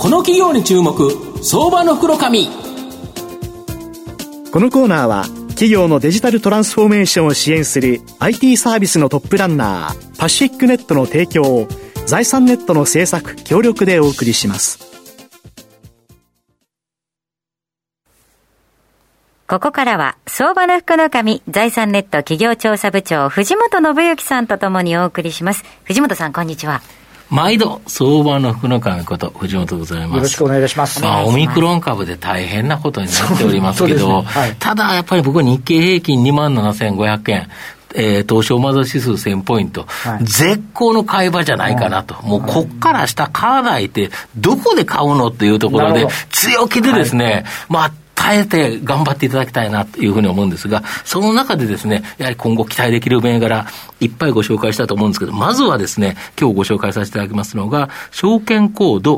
この企業に注目、相場の袋紙。 このコーナーは企業のデジタルトランスフォーメーションを支援する IT サービスのトップランナーパシフィックネットの提供を財産ネットの制作協力でお送りします。 ここからは相場の福の神財産ネット企業調査部長藤本信之さんとともにお送りします。藤本さん、こんにちは。 毎度相場の福の神こと藤本でございます。 よろしくお願いします。 オミクロン株で大変なことになっておりますけど、 ね、はい、 ただやっぱり僕は日経平均 27,500 円東証マザー指数1000ポイント、はい、絶好の買い場じゃないかなと、もうこっから下買わないってどこで買うのっていうところで強気でですね、はい、耐えて頑張っていただきたいなというふうに思うんですが、その中でですね、やはり今後期待できる銘柄いっぱいご紹介したいと思うんですけど、まずはですね、今日ご紹介させていただきますのが証券コード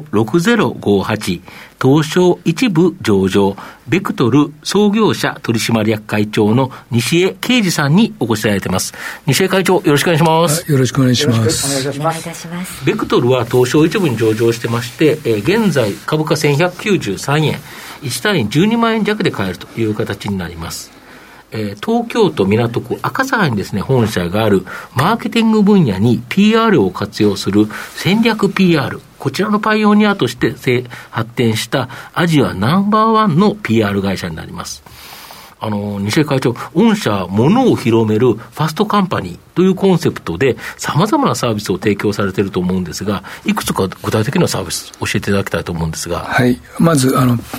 6058東証一部上場ベクトル創業者取締役会長の西江啓二さんにお越しいただいています。西江会長、よろしくお願いします。 よろしくお願いします。 お願いいたします。 ベクトルは東証一部に上場してまして、現在株価1193円1単位12万円弱で買えるという形になります。東京都港区赤坂にですね本社があるマーケティング分野に PR を活用する戦略 PR、 こちらのパイオニアとして発展したアジアナンバーワンの PR 会社になります。西江会長、御社物を広めるファストカンパニーというコンセプトで様々なサービスを提供されていると思うんですが、いくつか具体的なサービス教えていただきたいと思うんですが。 はい、まず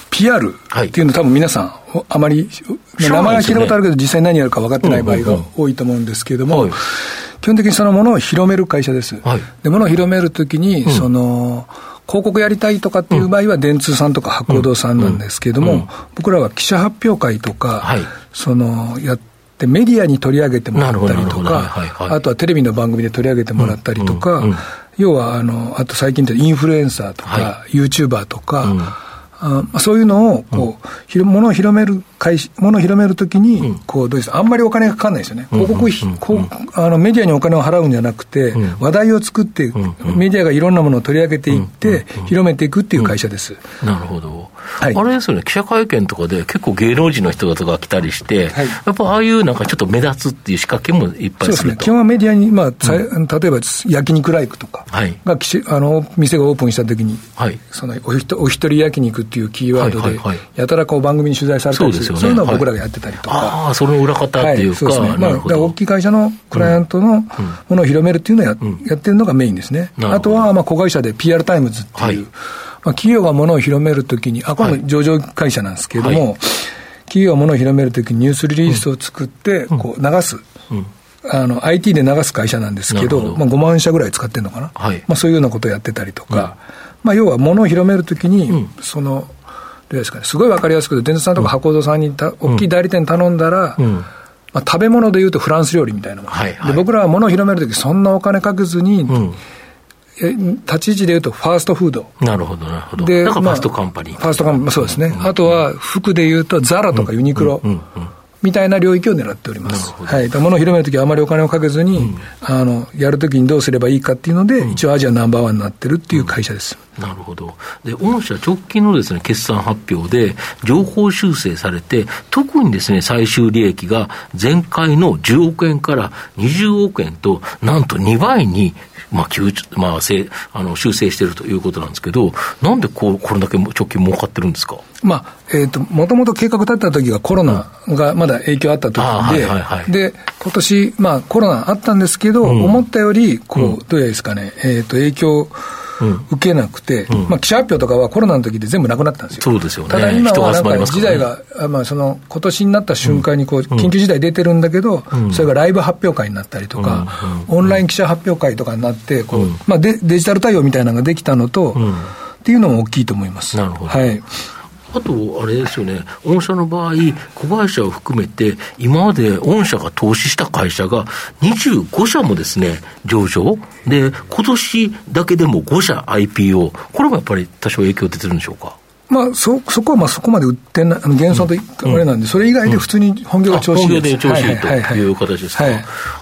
PR っていうの、多分皆さんあまり名前は聞いたことあるけど実際何やるか分かってない場合が多いと思うんですけれども、基本的にその物を広める会社です。で、物を広めるときに広告やりたいとかっていう場合は電通さんとか博報堂さんなんですけれども、僕らは記者発表会とか、やってメディアに取り上げてもらったりとか、あとはテレビの番組で取り上げてもらったりとか、要はあと最近でインフルエンサーとか、YouTuber とか、そういうのを物を広めるときにどうです、あんまりお金がかかんないですよね。広告メディアにお金を払うんじゃなくて、話題を作ってメディアがいろんなものを取り上げていって広めていくっていう会社です。 なるほど。あれですよね、記者会見とかで結構芸能人の人とか来たりして、やっぱああいうなんかちょっと目立つっていう仕掛けもいっぱいすると。そうですね。基本はメディアに例えば焼肉ライクとかが店がオープンしたときに、お一人焼肉っていうキーワードでやたら番組に取材されたりする、そういうのを僕らがやってたりとか、 その裏方っていうか、 そうですね。大きい会社のクライアントのものを広めるっていうのをやってるのがメインですね。あとは子会社で PR タイムズっていう、企業がものを広めるときに、これも上場会社なんですけれども、企業がものを広めるときにニュースリリースを作って流す、IT で流す会社なんですけど、5万社ぐらい使ってるのかな、そういうようなことをやってたりとか、要はものを広めるときにどうですかね、すごい分かりやすくて、電通さんとか博報堂さんに大きい代理店頼んだら、食べ物でいうとフランス料理みたいなもの、で僕らは物を広めるときそんなお金かけずに、立ち位置でいうとファーストフード。 なるほどなるほど。だからファーストカンパニー。 ファーストカンパニー、そうですね。あとは服でいうとザラとかユニクロみたいな領域を狙っております。物を広めるときはあまりお金をかけずに、やるときにどうすればいいかっていうので、一応アジアナンバーワンになってるっていう会社です。 なるほど。で、御社直近のですね、決算発表で情報修正されて、特にですね、最終利益が前回の10億円から20億円と、なんと2倍に修正しているということなんですけど、なんでこれだけ直近儲かってるんですか？ もともと計画立った時がコロナがまだ影響あった時で、今年、コロナあったんですけど、思ったより、どうですかね、影響受けなくて、記者発表とかはコロナの時で全部なくなったんですよ。 そうですよね。 ただ今はなんか時代が、今年になった瞬間に緊急事態出てるんだけど、それがライブ発表会になったりとか、オンライン記者発表会とかになって、デジタル対応みたいなのができたのと、っていうのも大きいと思います。 なるほど。あと、あれですよね、御社の場合、子会社を含めて、今まで御社が投資した会社が25社もですね、上場で、今年だけでも5社 IPO、これもやっぱり多少影響出てるんでしょうか？ そこはそこまで売ってない、減損とあれなんで、それ以外で普通に本業が調子いいです。 本業で調子いいという形ですか。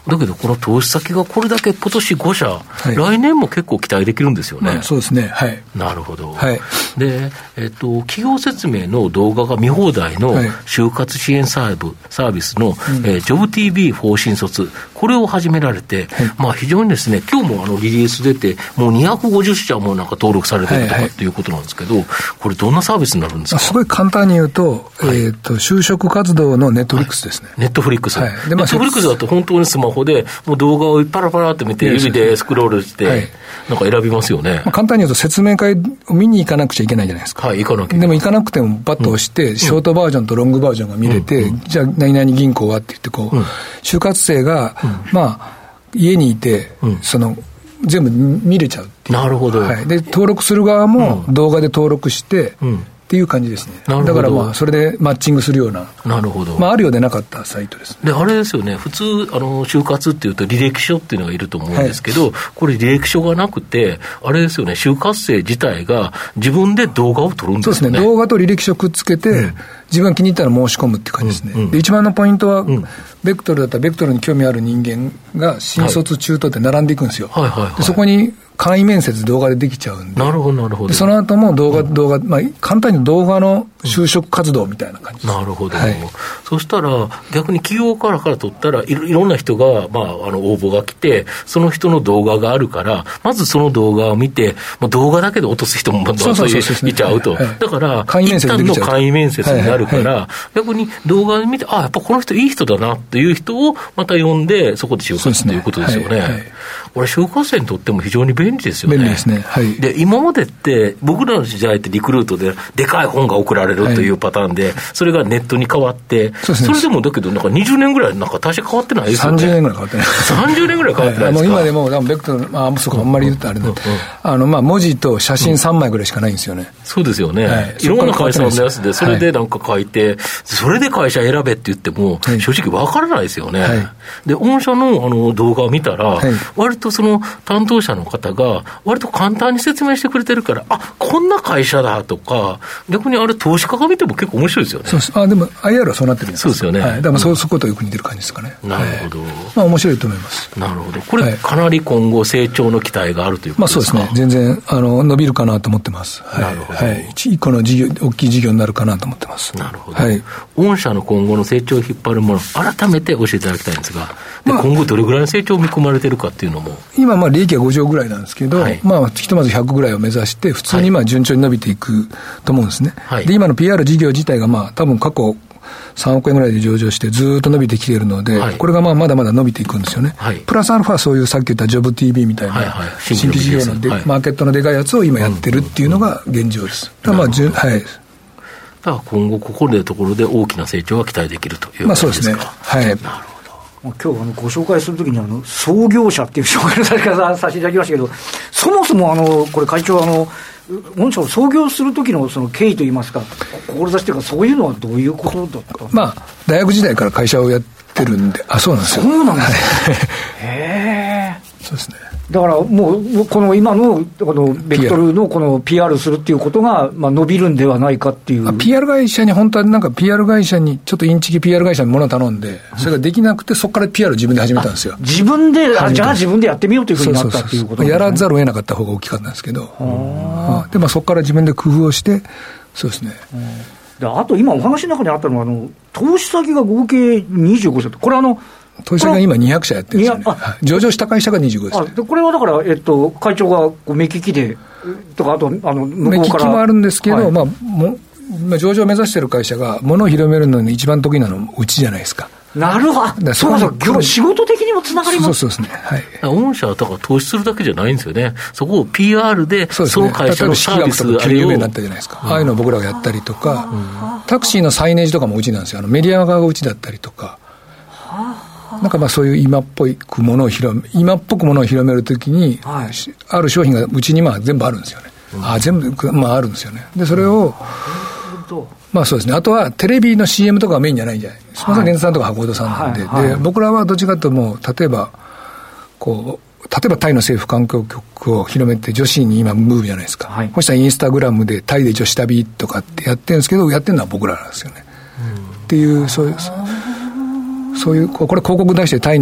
だけどこの投資先がこれだけ今年5社、はい、来年も結構期待できるんですよね。 まあ、そうですね、はい、 なるほど、 はい、 で、企業説明の動画が見放題の就活支援サービスの、ジョブ TV 方針卒、これを始められて、はい、まあ、非常にですね、今日もリリース出て、もう250社もなんか登録されてるとかっていうことなんですけど、これどんなサービスになるんですか？ すごい簡単に言うと、はい、就職活動のネットフリックスですね。 ネットフリックス。ネットフリックスだと本当にスマホでもう動画をパラパラって見て、指でスクロールして、はい、なんか選びますよね。 まあ、簡単に言うと説明会を見に行かなくちゃいけないじゃないですか。 はい、行かなきゃ。 でも行かなくてもバッと押して、ショートバージョンとロングバージョンが見れて、じゃあ何々銀行はって言ってこう、就活生が、まあ家にいて、全部見れちゃうっていう。 なるほど。 はい、で登録する側も動画で登録して、っていう感じですね。だからまあそれでマッチングするような。 なるほど。 まああるようでなかったサイトです。 で、あれですよね。普通就活っていうと履歴書っていうのがいると思うんですけど、はい、これ履歴書がなくて、あれですよね。就活生自体が自分で動画を撮るんですよね。 そうですね。動画と履歴書くっつけて、自分が気に入ったら申し込むっていう感じですね。で、一番のポイントは、ベクトルだったらベクトルに興味ある人間が新卒中途って並んでいくんですよ。でそこに簡易面接動画でできちゃうんで。 なるほど、なるほど。 でその後も動画、まあ、簡単に動画の就職活動みたいな感じです。 なるほど。はい、そしたら、逆に企業から取ったらいろんな人が、まあ、応募が来て、その人の動画があるから、まずその動画を見て、まあ、動画だけで落とす人もいちゃうと。だから、一旦の簡易面接になるから、逆に動画で見て、やっぱこの人いい人だなっていう人をまた呼んで、そこで就活ということですよね。これ、就活生にとっても非常に便利ですよね。 便利ですね。はい。 で、今までって、僕らの時代ってリクルートででかい本が送られるというパターンで、それがネットに変わって、それでもだけど、なんか20年ぐらい、なんか大して変わってないですよね。 30年ぐらい変わってない。 30年ぐらい変わってないですか。 今でも、ベクトル、そうか、あんまり言うとあれだ。まあ、文字と写真3枚ぐらいしかないんですよね。 そうですよね。いろんな会社のやつで、それでなんか書いて、それで会社選べって言っても、正直わからないですよね。で、御社の動画を見たら、割とその担当者の方が、割と簡単に説明してくれてるから、こんな会社だとか、逆にあれ投資家が見ても結構面白いですよね。 そうです。でも IR はそうなってるんです。 そうですよね。 だからそことよく似てる感じですかね。 なるほど。 まあ面白いと思います。 なるほど。これ、かなり今後成長の期待があるということですか？ まあそうですね。全然伸びるかなと思ってます。 なるほど。 一個の事業、大きい事業になるかなと思ってます。 なるほど。御社の今後の成長を引っ張るもの、改めて教えていただきたいんですが、今後どれぐらいの成長を見込まれているかっていうのも。 今利益は5兆ぐらいなんですけど、まあひとまず100ぐらいを目指して普通に順調に伸びていくと思うんですね。で今の PR 事業自体が多分過去3億円ぐらいで上場してずっと伸びてきているので、これがまだまだ伸びていくんですよね。プラスアルファそういうさっき言ったジョブ TV みたいな新規事業のマーケットのでかいやつを今やってるっていうのが現状です。だから今後ここでところで大きな成長が期待できるということですか。 そうですね。はい。なるほど。今日ご紹介するときに創業者っていう紹介のされ方させていただきましたけど、そもそもこれ会長御社を創業するときのその経緯といいますか、志というかそういうのはどういうことだったんですか？ 大学時代から会社をやってるんで、そうなんですよ。 そうなんですか。へー。 そうですね。 だからもうこの今のベクトルのこの PR するっていうことが伸びるんではないかっていう。 PR 会社に本当はなんか PR 会社にちょっとインチキ PR 会社に物を頼んで、それができなくてそこから PR を自分で始めたんですよ。 自分でじゃあ自分でやってみようというふうになったっていうことですね。 やらざるを得なかった方が大きかったんですけど、でそこから自分で工夫をして、そうですね。 あと今お話の中にあったのは投資先が合計25社と、これ投資先が今200社やってるんですよね。上場した会社が25ですね。 これはだから、会長が目利きでとか、あと向こうから目利きもあるんですけど、上場を目指している会社が物を広めるのに一番得意なのはうちじゃないですか。 なるほど。そう仕事的にもつながります。 そうですね。 御社はだから投資するだけじゃないんですよね。そこを PR でその会社のサービスとか急に有名になったじゃないですか。ああいうのを僕らがやったりとか、タクシーのサイネージとかもうちなんですよ。メディア側がうちだったりとか。なんかそういう今っぽくものを広めるときに、ある商品がうちに全部あるんですよね。全部あるんですよね。でそれをそうですね。あとはテレビの CM とかがメインじゃないんじゃない。すみません、レンズさんとか箱戸さんなんで、で僕らはどっちかというともう例えばタイの政府観光局を広めて女子に今ムーブじゃないですか。そしたらインスタグラムでタイで女子旅とかってやってるんですけど、やってるのは僕らなんですよね。っていうそういうこれ広告出してタイに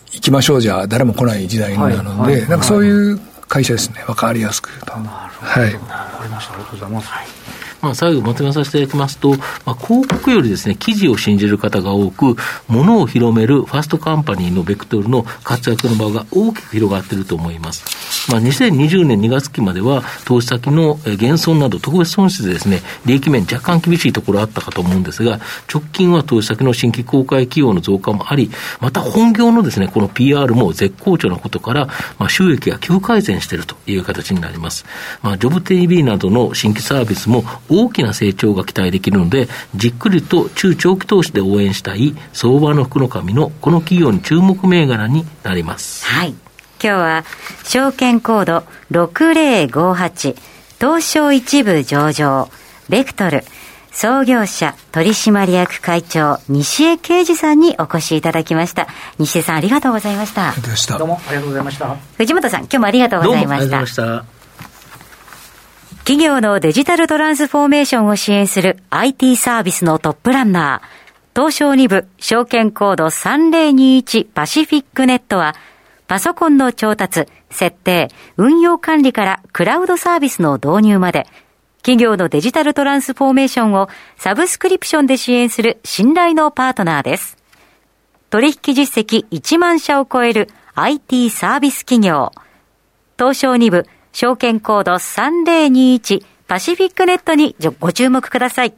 行きましょうじゃ誰も来ない時代になるので、なんかそういう会社ですね。分かりやすく言うと。 なるほど。はい。わかりました。ありがとうございます。 最後まとめさせていただきますと、広告よりですね、記事を信じる方が多く、物を広めるファストカンパニーのベクトルの活躍の場が大きく広がっていると思います。2020年2月期までは、投資先の減損など特別損失でですね、利益面若干厳しいところあったかと思うんですが、直近は投資先の新規公開企業の増加もあり、また本業のですね、この PR も絶好調なことから、収益が急改善しているという形になります。ジョブ TV などの新規サービスも大きな成長が期待できるので、じっくりと中長期投資で応援したい相場の福の神のこの企業に注目銘柄になります。 はい。今日は証券コード6058東証一部上場ベクトル創業者取締役会長西江啓二さんにお越しいただきました。西江さんありがとうございました。 どうもありがとうございました。 藤本さん今日もありがとうございました。 どうもありがとうございました。 企業のデジタルトランスフォーメーションを支援する IT サービスのトップランナー、東証2部証券コード3021パシフィックネットは、パソコンの調達、設定、運用管理からクラウドサービスの導入まで、企業のデジタルトランスフォーメーションをサブスクリプションで支援する信頼のパートナーです。取引実績1万社を超える IT サービス企業、東証2部証券コード3021パシフィックネットにご注目ください。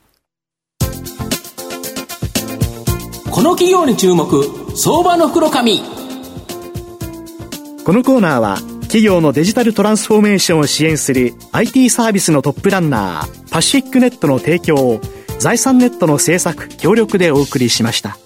この企業に注目、相場の福の神。 このコーナーは企業のデジタルトランスフォーメーションを支援する IT サービスのトップランナーパシフィックネットの提供を財産ネットの制作協力でお送りしました。